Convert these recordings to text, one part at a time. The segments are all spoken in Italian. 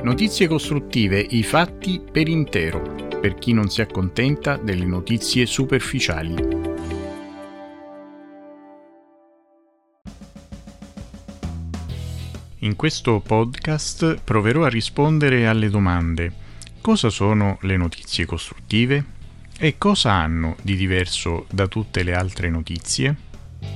Notizie costruttive, i fatti per intero, per chi non si accontenta delle notizie superficiali. In questo podcast proverò a rispondere alle domande: cosa sono le notizie costruttive? E cosa hanno di diverso da tutte le altre notizie?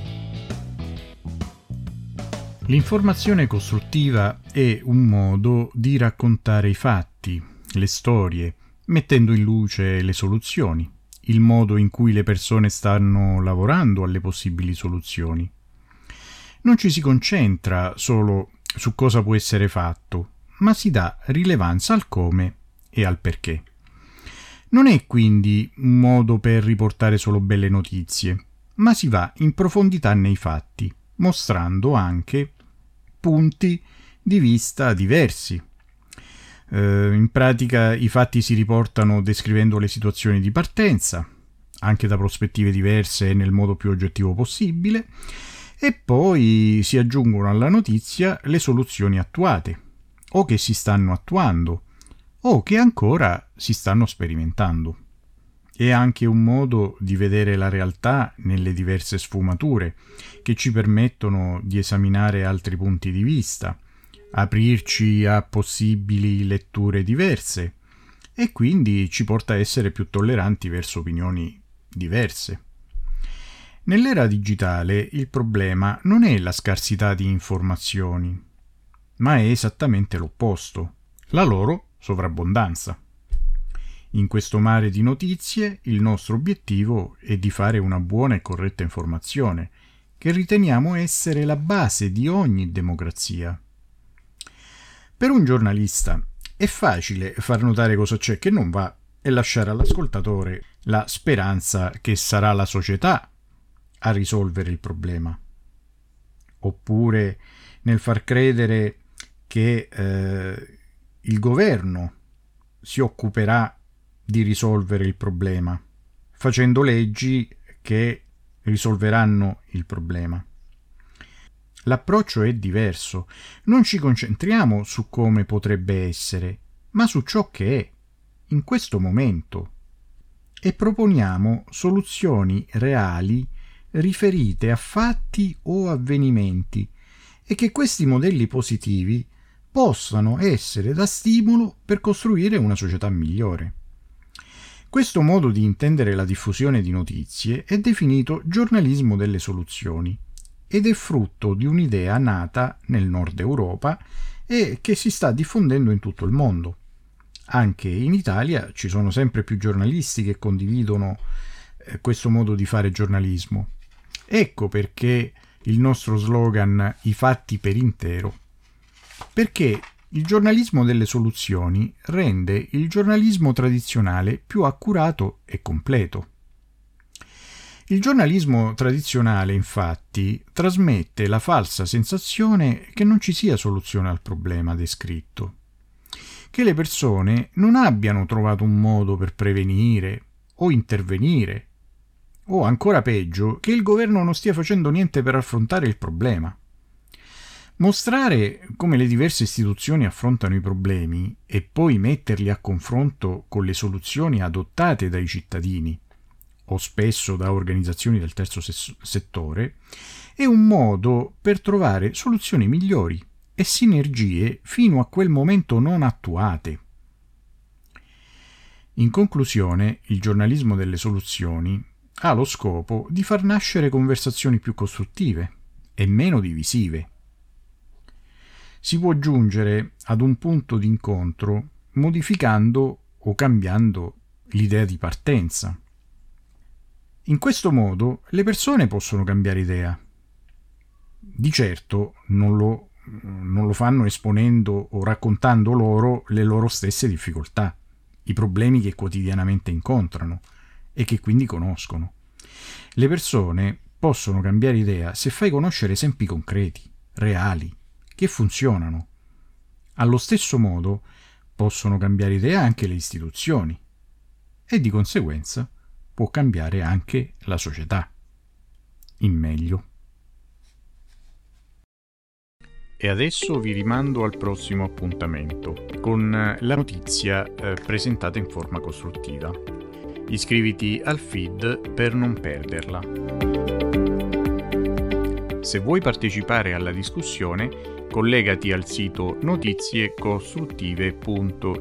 L'informazione costruttiva è un modo di raccontare i fatti, le storie, mettendo in luce le soluzioni, il modo in cui le persone stanno lavorando alle possibili soluzioni. Non ci si concentra solo su cosa può essere fatto, ma si dà rilevanza al come e al perché. Non è quindi un modo per riportare solo belle notizie, ma si va in profondità nei fatti, mostrando anche punti di vista diversi. In pratica i fatti si riportano descrivendo le situazioni di partenza, anche da prospettive diverse e nel modo più oggettivo possibile, e poi si aggiungono alla notizia le soluzioni attuate, o che si stanno attuando, o che ancora si stanno sperimentando. È anche un modo di vedere la realtà nelle diverse sfumature, che ci permettono di esaminare altri punti di vista, aprirci a possibili letture diverse e quindi ci porta a essere più tolleranti verso opinioni diverse. Nell'era digitale il problema non è la scarsità di informazioni, ma è esattamente l'opposto, la loro sovrabbondanza. In questo mare di notizie, il nostro obiettivo è di fare una buona e corretta informazione, che riteniamo essere la base di ogni democrazia. Per un giornalista è facile far notare cosa c'è che non va e lasciare all'ascoltatore la speranza che sarà la società a risolvere il problema. Oppure nel far credere che il governo si occuperà di risolvere il problema, facendo leggi che risolveranno il problema. L'approccio è diverso, non ci concentriamo su come potrebbe essere, ma su ciò che è, in questo momento, e proponiamo soluzioni reali riferite a fatti o avvenimenti, e che questi modelli positivi possano essere da stimolo per costruire una società migliore. Questo modo di intendere la diffusione di notizie è definito giornalismo delle soluzioni ed è frutto di un'idea nata nel nord Europa e che si sta diffondendo in tutto il mondo. Anche in Italia ci sono sempre più giornalisti che condividono questo modo di fare giornalismo. Ecco perché il nostro slogan "I fatti per intero", perché il giornalismo delle soluzioni rende il giornalismo tradizionale più accurato e completo. Il giornalismo tradizionale, infatti, trasmette la falsa sensazione che non ci sia soluzione al problema descritto, che le persone non abbiano trovato un modo per prevenire o intervenire, o ancora peggio, che il governo non stia facendo niente per affrontare il problema. Mostrare come le diverse istituzioni affrontano i problemi e poi metterli a confronto con le soluzioni adottate dai cittadini o spesso da organizzazioni del terzo settore è un modo per trovare soluzioni migliori e sinergie fino a quel momento non attuate. In conclusione, il giornalismo delle soluzioni ha lo scopo di far nascere conversazioni più costruttive e meno divisive. Si può giungere ad un punto d'incontro modificando o cambiando l'idea di partenza. In questo modo le persone possono cambiare idea. Di certo non lo fanno esponendo o raccontando loro le loro stesse difficoltà, i problemi che quotidianamente incontrano e che quindi conoscono. Le persone possono cambiare idea se fai conoscere esempi concreti, reali, che funzionano. Allo stesso modo possono cambiare idea anche le istituzioni e di conseguenza può cambiare anche la società in meglio. E adesso vi rimando al prossimo appuntamento con la notizia presentata in forma costruttiva. Iscriviti al feed per non perderla. Se vuoi partecipare alla discussione, collegati al sito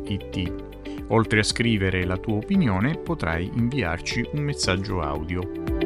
notiziecostruttive.it. Oltre a scrivere la tua opinione, potrai inviarci un messaggio audio.